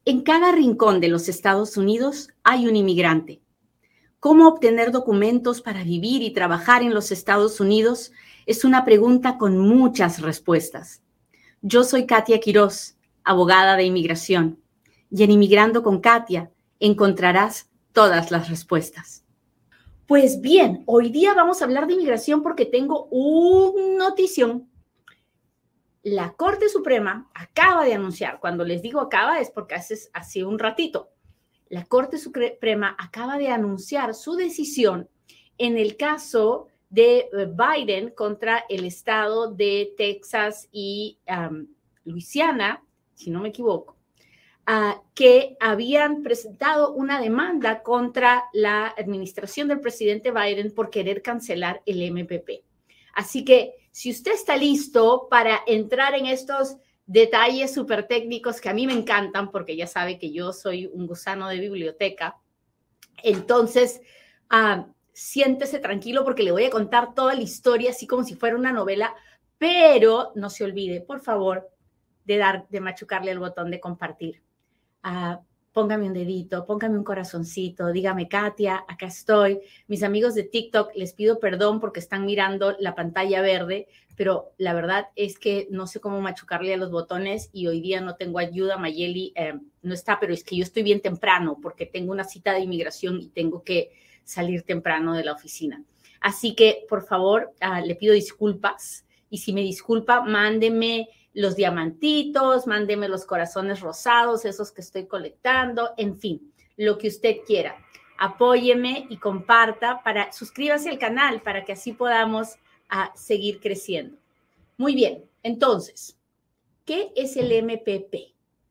En cada rincón de los Estados Unidos hay un inmigrante. ¿Cómo obtener documentos para vivir y trabajar en los Estados Unidos? Es una pregunta con muchas respuestas. Yo soy Katia Quiroz, abogada de inmigración, y en Inmigrando con Katia encontrarás todas las respuestas. Pues bien, hoy día vamos a hablar de inmigración porque tengo una notición. La Corte Suprema acaba de anunciar, cuando les digo acaba es porque hace un ratito, la Corte Suprema acaba de anunciar su decisión en el caso de Biden contra el estado de Texas y Luisiana, si no me equivoco, que habían presentado una demanda contra la administración del presidente Biden por querer cancelar el MPP. Así que si usted está listo para entrar en estos detalles súper técnicos que a mí me encantan, porque ya sabe que yo soy un gusano de biblioteca, entonces siéntese tranquilo porque le voy a contar toda la historia así como si fuera una novela, pero no se olvide, por favor, de machucarle el botón de compartir. Póngame un dedito, póngame un corazoncito, dígame, Katia, acá estoy. Mis amigos de TikTok, les pido perdón porque están mirando la pantalla verde, pero la verdad es que no sé cómo machucarle a los botones y hoy día no tengo ayuda. Mayeli no está, pero es que yo estoy bien temprano porque tengo una cita de inmigración y tengo que salir temprano de la oficina. Así que, por favor, le pido disculpas y si me disculpa, mándeme los diamantitos, mándeme los corazones rosados, esos que estoy colectando, en fin, lo que usted quiera. Apóyeme y comparta, suscríbase al canal para que así podamos seguir creciendo. Muy bien, entonces, ¿qué es el MPP?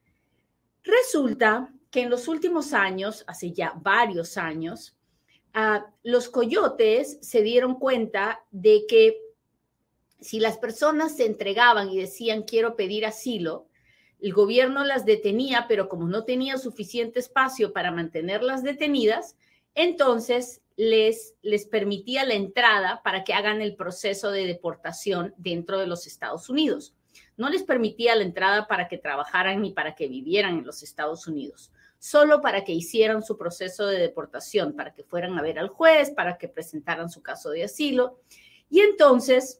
Resulta que en los últimos años, hace ya varios años, los coyotes se dieron cuenta de que si las personas se entregaban y decían quiero pedir asilo, el gobierno las detenía, pero como no tenía suficiente espacio para mantenerlas detenidas, entonces les permitía la entrada para que hagan el proceso de deportación dentro de los Estados Unidos. No les permitía la entrada para que trabajaran ni para que vivieran en los Estados Unidos, solo para que hicieran su proceso de deportación, para que fueran a ver al juez, para que presentaran su caso de asilo. Y entonces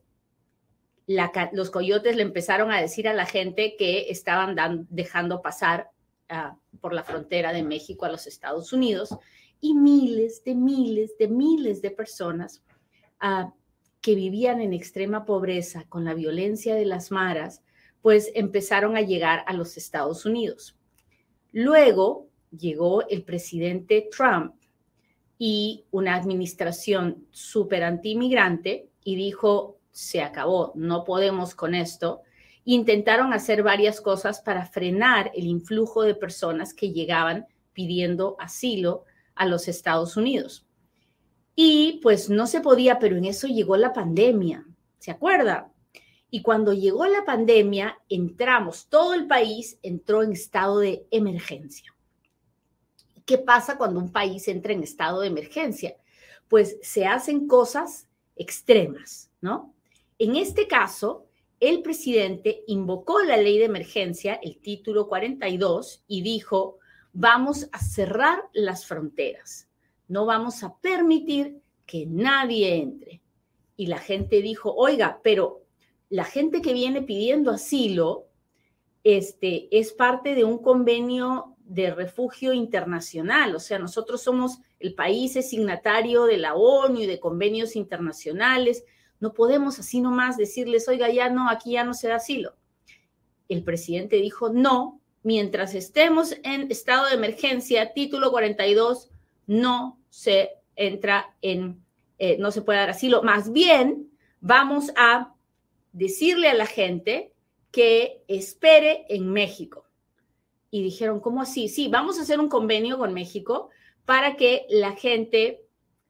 los coyotes le empezaron a decir a la gente que estaban dejando pasar por la frontera de México a los Estados Unidos y miles de personas que vivían en extrema pobreza con la violencia de las maras, pues empezaron a llegar a los Estados Unidos. Luego llegó el presidente Trump y una administración súper anti-inmigrante y dijo, se acabó, no podemos con esto. Intentaron hacer varias cosas para frenar el influjo de personas que llegaban pidiendo asilo a los Estados Unidos. Y pues no se podía, pero en eso llegó la pandemia, ¿se acuerda? Y cuando llegó la pandemia, todo el país entró en estado de emergencia. ¿Qué pasa cuando un país entra en estado de emergencia? Pues se hacen cosas extremas, ¿no? En este caso, el presidente invocó la ley de emergencia, el título 42, y dijo, vamos a cerrar las fronteras. No vamos a permitir que nadie entre. Y la gente dijo, oiga, pero la gente que viene pidiendo asilo es parte de un convenio de refugio internacional. O sea, nosotros somos el país signatario de la ONU y de convenios internacionales. No podemos así nomás decirles, oiga, ya no, aquí ya no se da asilo. El presidente dijo, no, mientras estemos en estado de emergencia, título 42, no se entra no se puede dar asilo. Más bien, vamos a decirle a la gente que espere en México. Y dijeron, ¿cómo así? Sí, vamos a hacer un convenio con México para que la gente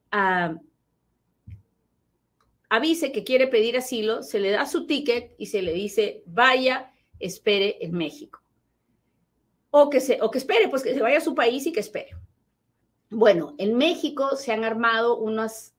avise que quiere pedir asilo, se le da su ticket y se le dice, vaya, espere en México. O que espere, pues que se vaya a su país y que espere. Bueno, en México se han armado unos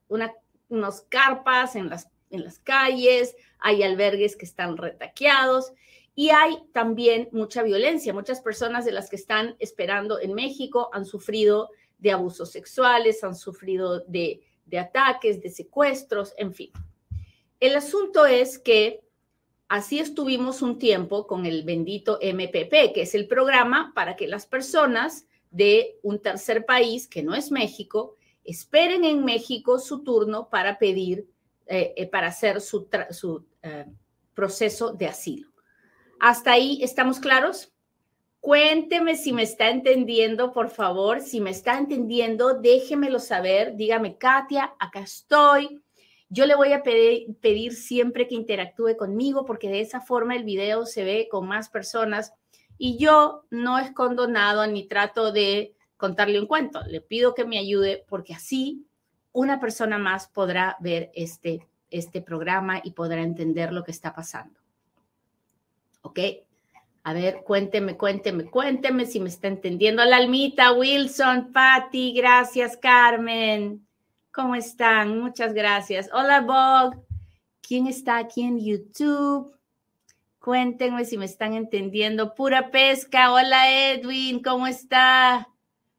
carpas en las calles, hay albergues que están retaqueados Y hay también mucha violencia. Muchas personas de las que están esperando en México han sufrido de abusos sexuales, han sufrido de ataques, de secuestros, en fin. El asunto es que así estuvimos un tiempo con el bendito MPP, que es el programa para que las personas de un tercer país, que no es México, esperen en México su turno para pedir, para hacer su proceso de asilo. ¿Hasta ahí estamos claros? Cuénteme si me está entendiendo, por favor. Si me está entendiendo, déjemelo saber. Dígame, Katia, acá estoy. Yo le voy a pedir siempre que interactúe conmigo porque de esa forma el video se ve con más personas y yo no escondo nada ni trato de contarle un cuento. Le pido que me ayude porque así una persona más podrá ver este programa y podrá entender lo que está pasando. ¿Ok? A ver, cuénteme si me está entendiendo. Hola, Almita, Wilson, Patti, gracias, Carmen. ¿Cómo están? Muchas gracias. Hola, Bog. ¿Quién está aquí en YouTube? Cuéntenme si me están entendiendo. Pura Pesca. Hola, Edwin. ¿Cómo está?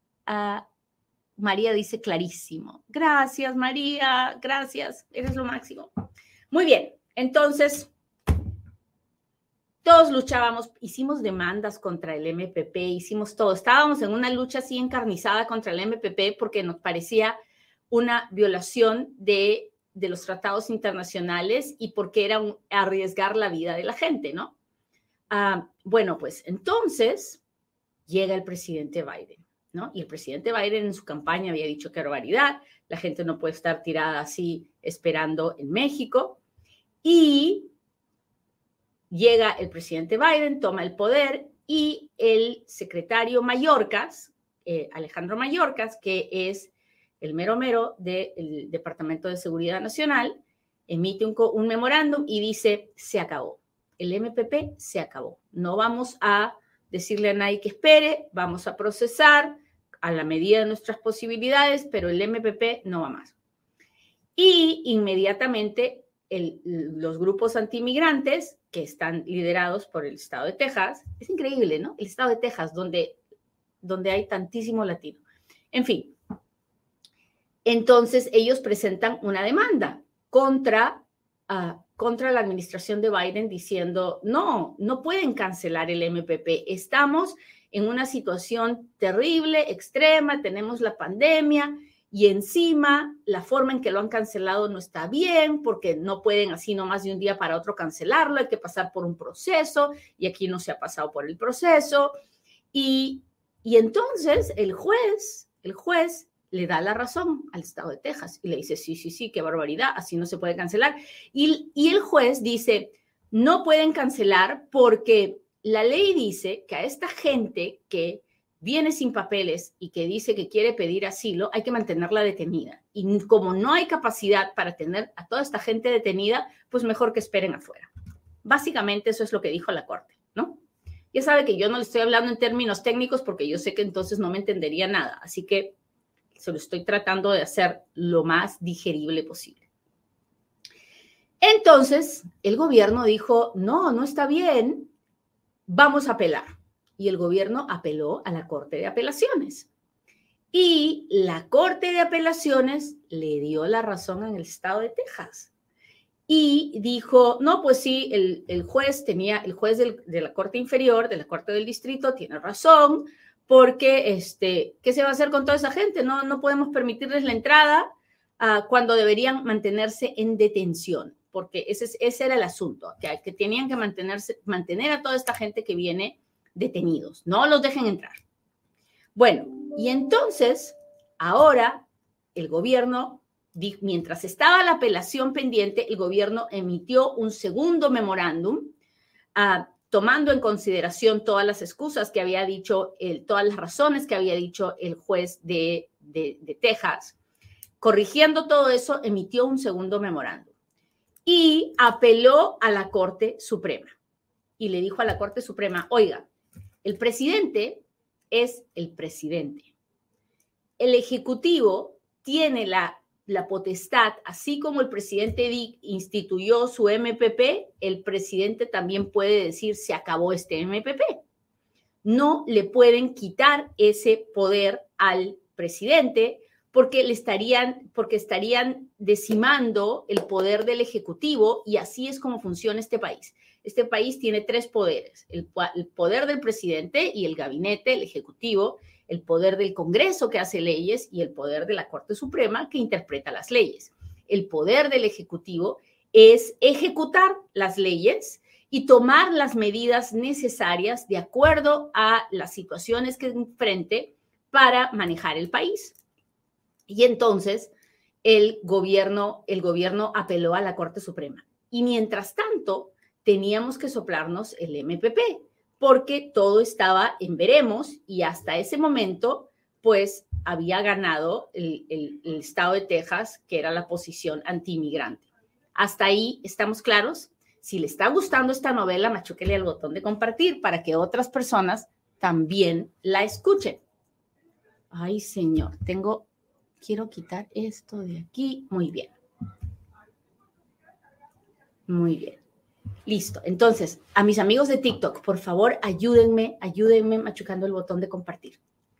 María dice clarísimo. Gracias, María. Gracias. Eres lo máximo. Muy bien. Entonces, todos luchábamos, hicimos demandas contra el MPP, hicimos todo. Estábamos en una lucha así encarnizada contra el MPP porque nos parecía una violación de los tratados internacionales y porque era arriesgar la vida de la gente, ¿no? Bueno, pues entonces llega el presidente Biden, ¿no? Y el presidente Biden en su campaña había dicho qué barbaridad, la gente no puede estar tirada así esperando en México. Y llega el presidente Biden, toma el poder y el secretario Mayorkas, Alejandro Mayorkas, que es el mero mero del Departamento de Seguridad Nacional, emite un memorándum y dice, se acabó. El MPP se acabó. No vamos a decirle a nadie que espere, vamos a procesar a la medida de nuestras posibilidades, pero el MPP no va más. Y inmediatamente los grupos antimigrantes que están liderados por el estado de Texas, es increíble, ¿no? El estado de Texas, donde hay tantísimo latino. En fin, entonces ellos presentan una demanda contra la administración de Biden diciendo, no pueden cancelar el MPP, estamos en una situación terrible, extrema, tenemos la pandemia y encima la forma en que lo han cancelado no está bien porque no pueden así nomás de un día para otro cancelarlo, hay que pasar por un proceso y aquí no se ha pasado por el proceso. Y entonces el juez le da la razón al estado de Texas y le dice, sí, qué barbaridad, así no se puede cancelar. Y el juez dice, no pueden cancelar porque la ley dice que a esta gente que viene sin papeles y que dice que quiere pedir asilo, hay que mantenerla detenida. Y como no hay capacidad para tener a toda esta gente detenida, pues mejor que esperen afuera. Básicamente eso es lo que dijo la Corte, ¿no? Ya sabe que yo no le estoy hablando en términos técnicos porque yo sé que entonces no me entendería nada. Así que se lo estoy tratando de hacer lo más digerible posible. Entonces, el gobierno dijo, no está bien, vamos a apelar. Y el gobierno apeló a la Corte de Apelaciones. Y la Corte de Apelaciones le dio la razón en el estado de Texas. Y dijo, no, pues sí, el juez de la Corte Inferior, de la Corte del Distrito, tiene razón, porque ¿qué se va a hacer con toda esa gente? No podemos permitirles la entrada cuando deberían mantenerse en detención, porque ese era el asunto, que tenían que mantener a toda esta gente que viene detenidos, no los dejen entrar. Bueno, y entonces, ahora el gobierno, mientras estaba la apelación pendiente, el gobierno emitió un segundo memorándum tomando en consideración todas las excusas que había dicho, todas las razones que había dicho el juez de Texas. Corrigiendo todo eso, emitió un segundo memorándum y apeló a la Corte Suprema. Y le dijo a la Corte Suprema, oiga, el presidente es el presidente. El Ejecutivo tiene la la potestad, así como el presidente Dick instituyó su MPP, el presidente también puede decir se acabó este MPP. No le pueden quitar ese poder al presidente porque estarían decimando el poder del Ejecutivo, y así es como funciona este país. Este país tiene tres poderes: el poder del presidente y el gabinete, el Ejecutivo, el poder del Congreso, que hace leyes, y el poder de la Corte Suprema, que interpreta las leyes. El poder del Ejecutivo es ejecutar las leyes y tomar las medidas necesarias de acuerdo a las situaciones que enfrente para manejar el país. Y entonces el gobierno apeló a la Corte Suprema. Y mientras tanto, teníamos que soplarnos el MPP, porque todo estaba en veremos, y hasta ese momento, pues, había ganado el estado de Texas, que era la posición antiinmigrante. ¿Hasta ahí estamos claros? Si le está gustando esta novela, machúquele al botón de compartir para que otras personas también la escuchen. Ay, señor, quiero quitar esto de aquí. Muy bien. Muy bien. Listo. Entonces, a mis amigos de TikTok, por favor, ayúdenme machucando el botón de compartir.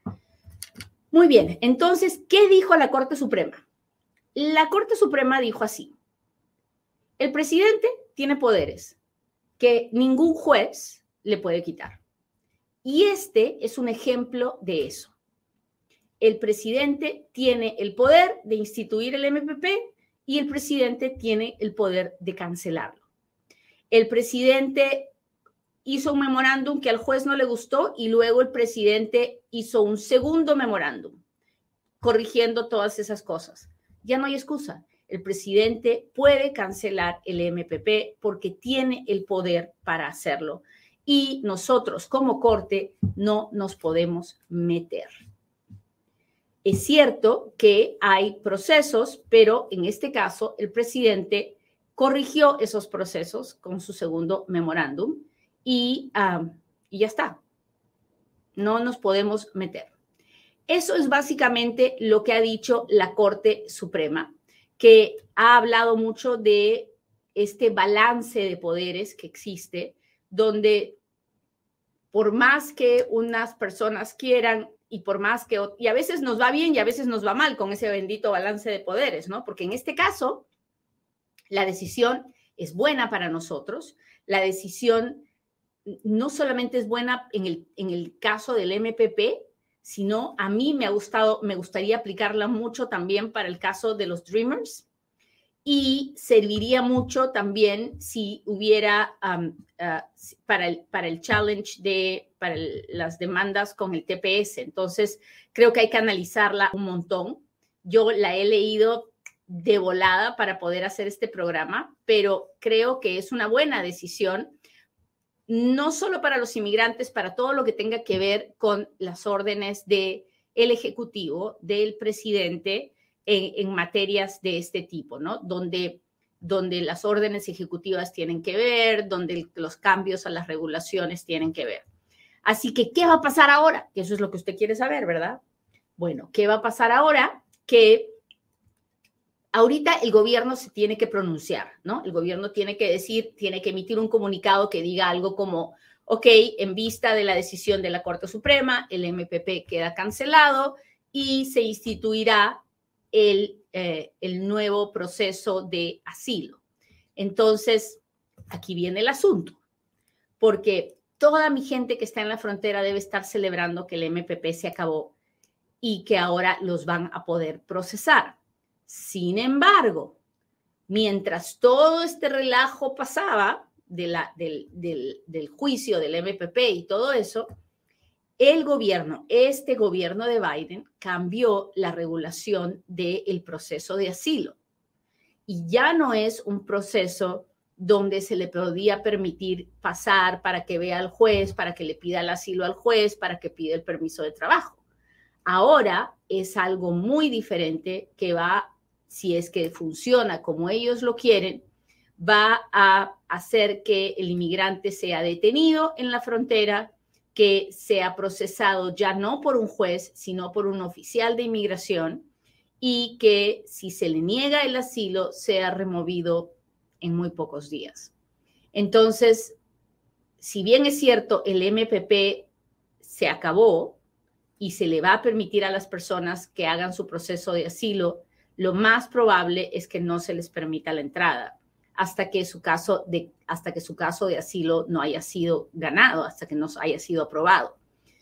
Muy bien. Entonces, ¿qué dijo la Corte Suprema? La Corte Suprema dijo así: el presidente tiene poderes que ningún juez le puede quitar. Y este es un ejemplo de eso. El presidente tiene el poder de instituir el MPP y el presidente tiene el poder de cancelarlo. El presidente hizo un memorándum que al juez no le gustó y luego el presidente hizo un segundo memorándum corrigiendo todas esas cosas. Ya no hay excusa. El presidente puede cancelar el MPP porque tiene el poder para hacerlo. Y nosotros como corte no nos podemos meter. Es cierto que hay procesos, pero en este caso el presidente corrigió esos procesos con su segundo memorándum y ya está. No nos podemos meter. Eso es básicamente lo que ha dicho la Corte Suprema, que ha hablado mucho de este balance de poderes que existe, donde por más que unas personas quieran y a veces nos va bien y a veces nos va mal con ese bendito balance de poderes, ¿no? Porque en este caso, la decisión es buena para nosotros. La decisión no solamente es buena en el caso del MPP, sino a mí me gustaría aplicarla mucho también para el caso de los Dreamers, y serviría mucho también si hubiera para el challenge para las demandas con el TPS. Entonces, creo que hay que analizarla un montón. Yo la he leído de volada para poder hacer este programa, pero creo que es una buena decisión, no solo para los inmigrantes, para todo lo que tenga que ver con las órdenes del Ejecutivo, del presidente, en materias de este tipo, ¿no? Donde las órdenes ejecutivas tienen que ver, donde los cambios a las regulaciones tienen que ver. Así que, ¿qué va a pasar ahora? Que eso es lo que usted quiere saber, ¿verdad? Bueno, ¿qué va a pasar ahora? Que ahorita el gobierno se tiene que pronunciar, ¿no? El gobierno tiene que emitir un comunicado que diga algo como: ok, en vista de la decisión de la Corte Suprema, el MPP queda cancelado y se instituirá el nuevo proceso de asilo. Entonces, aquí viene el asunto, porque toda mi gente que está en la frontera debe estar celebrando que el MPP se acabó y que ahora los van a poder procesar. Sin embargo, mientras todo este relajo pasaba del juicio del MPP y todo eso, este gobierno de Biden cambió la regulación del proceso de asilo. Y ya no es un proceso donde se le podía permitir pasar para que vea al juez, para que le pida el asilo al juez, para que pida el permiso de trabajo. Ahora es algo muy diferente que va, si es que funciona como ellos lo quieren, va a hacer que el inmigrante sea detenido en la frontera, que sea procesado ya no por un juez, sino por un oficial de inmigración, y que si se le niega el asilo sea removido en muy pocos días. Entonces, si bien es cierto, el MPP se acabó y se le va a permitir a las personas que hagan su proceso de asilo, lo más probable es que no se les permita la entrada hasta que su caso de asilo no haya sido ganado, hasta que no haya sido aprobado.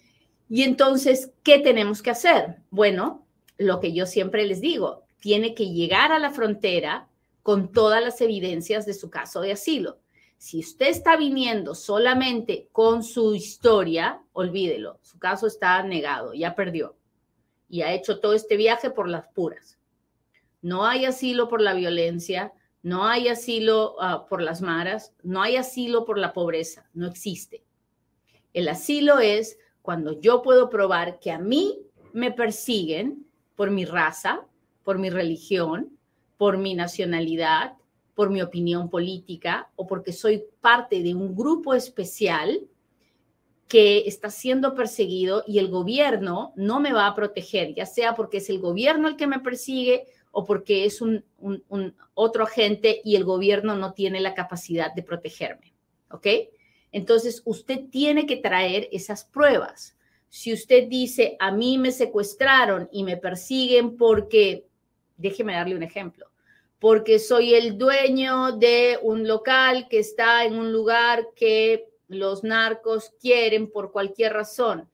Y entonces, ¿qué tenemos que hacer? Bueno, lo que yo siempre les digo, tiene que llegar a la frontera con todas las evidencias de su caso de asilo. Si usted está viniendo solamente con su historia, olvídelo, su caso está negado, ya perdió y ha hecho todo este viaje por las puras. No hay asilo por la violencia, no hay asilo por las maras, no hay asilo por la pobreza, no existe. El asilo es cuando yo puedo probar que a mí me persiguen por mi raza, por mi religión, por mi nacionalidad, por mi opinión política o porque soy parte de un grupo especial que está siendo perseguido y el gobierno no me va a proteger, ya sea porque es el gobierno el que me persigue o porque es un otro agente y el gobierno no tiene la capacidad de protegerme, ¿ok? Entonces, usted tiene que traer esas pruebas. Si usted dice, a mí me secuestraron y me persiguen porque, déjeme darle un ejemplo, porque soy el dueño de un local que está en un lugar que los narcos quieren por cualquier razón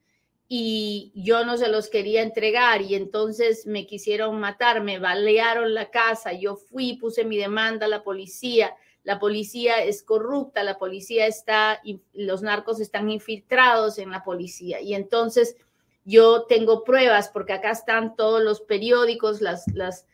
y yo no se los quería entregar y entonces me quisieron matar, me balearon la casa, yo fui, puse mi demanda a la policía es corrupta, la policía los narcos están infiltrados en la policía y entonces yo tengo pruebas porque acá están todos los periódicos, las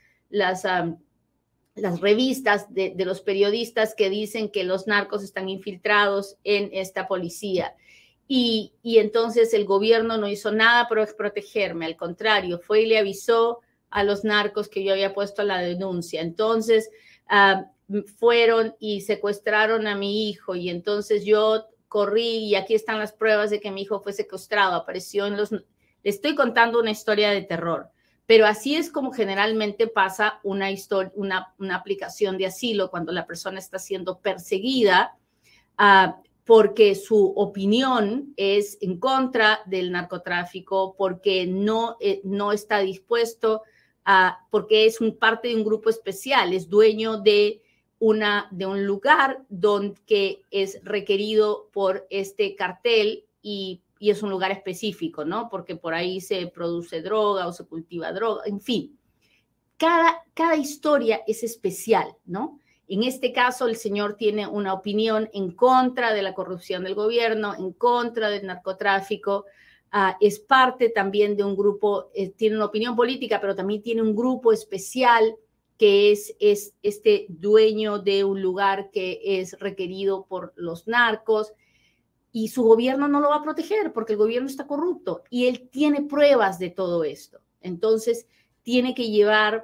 revistas de los periodistas que dicen que los narcos están infiltrados en esta policía. Y entonces el gobierno no hizo nada por protegerme, al contrario, fue y le avisó a los narcos que yo había puesto la denuncia. Entonces fueron y secuestraron a mi hijo y entonces yo corrí y aquí están las pruebas de que mi hijo fue secuestrado, apareció en los... Le estoy contando una historia de terror. Pero así es como generalmente pasa una aplicación de asilo cuando la persona está siendo perseguida porque su opinión es en contra del narcotráfico, porque no está dispuesto porque es parte de un grupo especial, es dueño de un lugar que es requerido por este cartel y es un lugar específico, ¿no? Porque por ahí se produce droga o se cultiva droga, en fin. Cada historia es especial, ¿no? En este caso, el señor tiene una opinión en contra de la corrupción del gobierno, en contra del narcotráfico, es parte también de un grupo, tiene una opinión política, pero también tiene un grupo especial que es este dueño de un lugar que es requerido por los narcos, y su gobierno no lo va a proteger porque el gobierno está corrupto y él tiene pruebas de todo esto. Entonces, tiene que llevar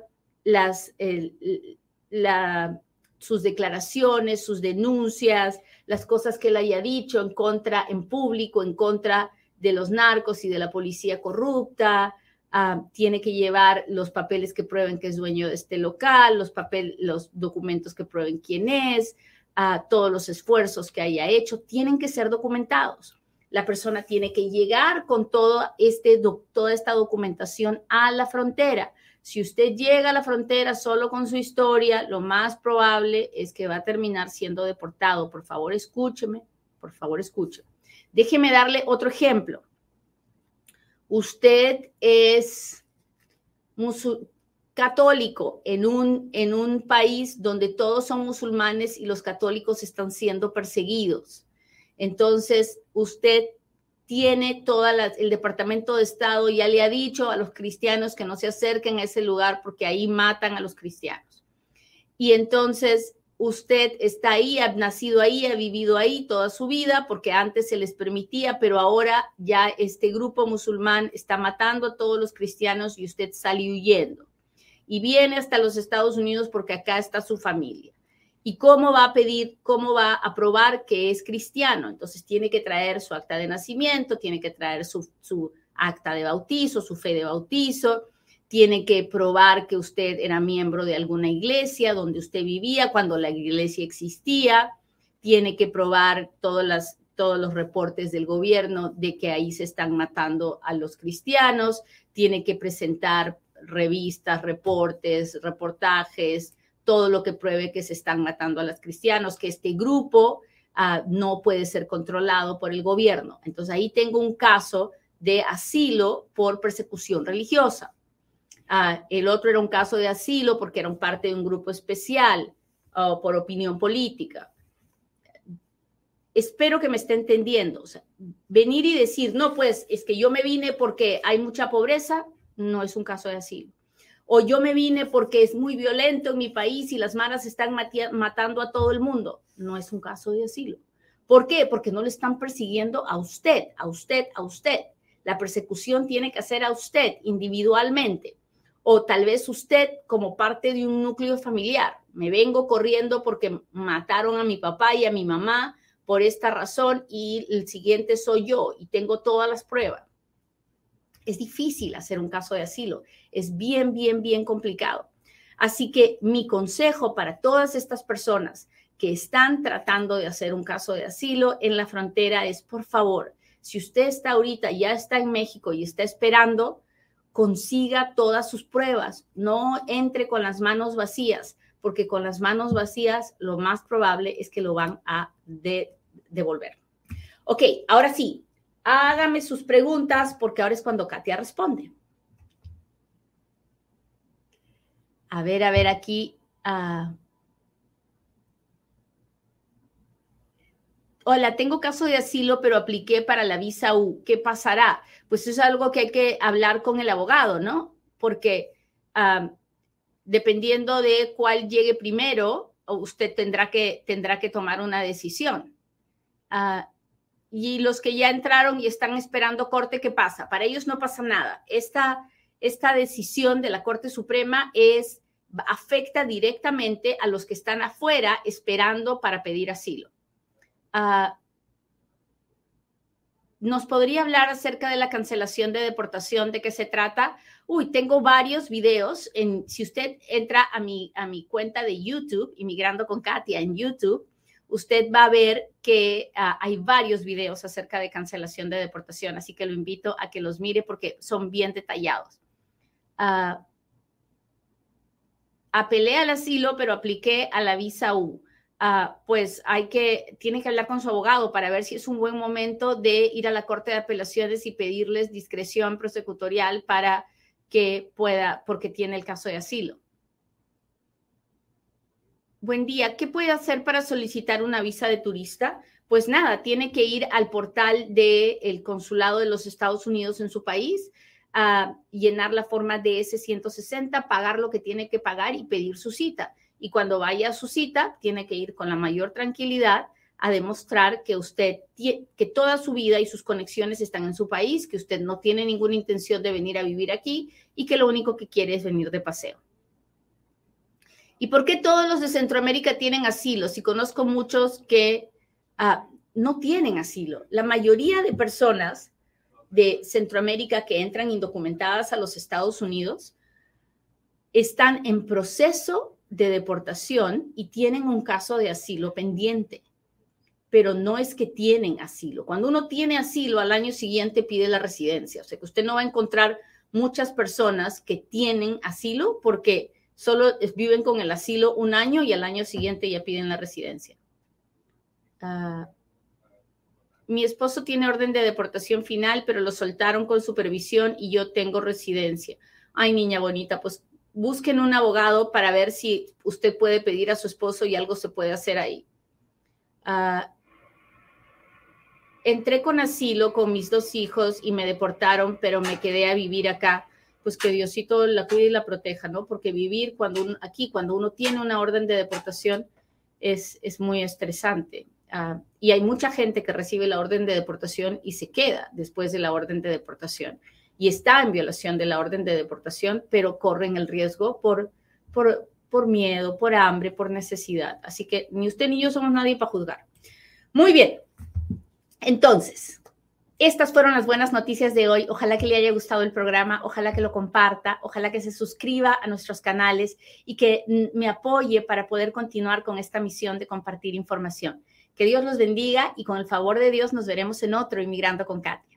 sus declaraciones, sus denuncias, las cosas que él haya dicho en público, en contra de los narcos y de la policía corrupta. Tiene que llevar los papeles que prueben que es dueño de este local, los documentos que prueben quién es, todos los esfuerzos que haya hecho, tienen que ser documentados. La persona tiene que llegar con toda esta documentación a la frontera. Si usted llega a la frontera solo con su historia, lo más probable es que va a terminar siendo deportado. Por favor, escúcheme, por favor, escúcheme. Déjeme darle otro ejemplo. Usted es católico en un país donde todos son musulmanes y los católicos están siendo perseguidos. Entonces, usted tiene el Departamento de Estado ya le ha dicho a los cristianos que no se acerquen a ese lugar porque ahí matan a los cristianos. Y entonces usted está ahí, ha nacido ahí, ha vivido ahí toda su vida porque antes se les permitía, pero ahora ya este grupo musulmán está matando a todos los cristianos y usted sale huyendo. Y viene hasta los Estados Unidos porque acá está su familia. ¿Y cómo va a probar que es cristiano? Entonces tiene que traer su acta de nacimiento, tiene que traer su acta de bautizo, su fe de bautizo, tiene que probar que usted era miembro de alguna iglesia donde usted vivía cuando la iglesia existía, tiene que probar todos los reportes del gobierno de que ahí se están matando a los cristianos, tiene que presentar revistas, reportes, reportajes, todo lo que pruebe que se están matando a los cristianos, que este grupo no puede ser controlado por el gobierno. Entonces ahí tengo un caso de asilo por persecución religiosa. El otro era un caso de asilo porque eran parte de un grupo especial por opinión política. Espero que me esté entendiendo. O sea, venir y decir, no, pues es que yo me vine porque hay mucha pobreza, no es un caso de asilo. O yo me vine porque es muy violento en mi país y las maras están matando a todo el mundo, no es un caso de asilo. ¿Por qué? Porque no le están persiguiendo a usted, a usted, a usted. La persecución tiene que hacer a usted individualmente. O tal vez usted como parte de un núcleo familiar. Me vengo corriendo porque mataron a mi papá y a mi mamá por esta razón y el siguiente soy yo y tengo todas las pruebas. Es difícil hacer un caso de asilo. Es bien, bien, bien complicado. Así que mi consejo para todas estas personas que están tratando de hacer un caso de asilo en la frontera es, por favor, si usted está ahorita, ya está en México y está esperando, consiga todas sus pruebas. No entre con las manos vacías, porque con las manos vacías lo más probable es que lo van a devolver. Ok, ahora sí. Hágame sus preguntas porque ahora es cuando Katia responde. A ver aquí. Hola, tengo caso de asilo, pero apliqué para la visa U. ¿Qué pasará? Pues eso es algo que hay que hablar con el abogado, ¿no? Porque dependiendo de cuál llegue primero, usted tendrá que tomar una decisión. Y los que ya entraron y están esperando corte, ¿qué pasa? Para ellos no pasa nada. Esta decisión de la Corte Suprema afecta directamente a los que están afuera esperando para pedir asilo. ¿Nos podría hablar acerca de la cancelación de deportación? ¿De qué se trata? Tengo varios videos. Si usted entra a mi cuenta de YouTube, Inmigrando con Katia en YouTube, usted va a ver que hay varios videos acerca de cancelación de deportación, así que lo invito a que los mire porque son bien detallados. Apelé al asilo, pero apliqué a la visa U. Pues tiene que hablar con su abogado para ver si es un buen momento de ir a la Corte de Apelaciones y pedirles discreción prosecutorial para que pueda, porque tiene el caso de asilo. Buen día. ¿Qué puede hacer para solicitar una visa de turista? Pues nada, tiene que ir al portal del Consulado de los Estados Unidos en su país, llenar la forma DS-160, pagar lo que tiene que pagar y pedir su cita. Y cuando vaya a su cita, tiene que ir con la mayor tranquilidad a demostrar que que toda su vida y sus conexiones están en su país, que usted no tiene ninguna intención de venir a vivir aquí y que lo único que quiere es venir de paseo. ¿Y por qué todos los de Centroamérica tienen asilo? Si conozco muchos que no tienen asilo. La mayoría de personas de Centroamérica que entran indocumentadas a los Estados Unidos están en proceso de deportación y tienen un caso de asilo pendiente, pero no es que tienen asilo. Cuando uno tiene asilo, al año siguiente pide la residencia. O sea que usted no va a encontrar muchas personas que tienen asilo porque solo viven con el asilo un año y al año siguiente ya piden la residencia. Mi esposo tiene orden de deportación final, pero lo soltaron con supervisión y yo tengo residencia. Ay, niña bonita, pues busquen un abogado para ver si usted puede pedir a su esposo y algo se puede hacer ahí. Entré con asilo con mis 2 hijos y me deportaron, pero me quedé a vivir acá. Pues que Diosito la cuide y la proteja, ¿no? Porque vivir cuando uno tiene una orden de deportación es muy estresante. Y hay mucha gente que recibe la orden de deportación y se queda después de la orden de deportación y está en violación de la orden de deportación, pero corren el riesgo por miedo, por hambre, por necesidad. Así que ni usted ni yo somos nadie para juzgar. Muy bien. Entonces, Estas fueron las buenas noticias de hoy. Ojalá que le haya gustado el programa, ojalá que lo comparta, ojalá que se suscriba a nuestros canales y que me apoye para poder continuar con esta misión de compartir información. Que Dios los bendiga y con el favor de Dios nos veremos en otro Inmigrando con Katia.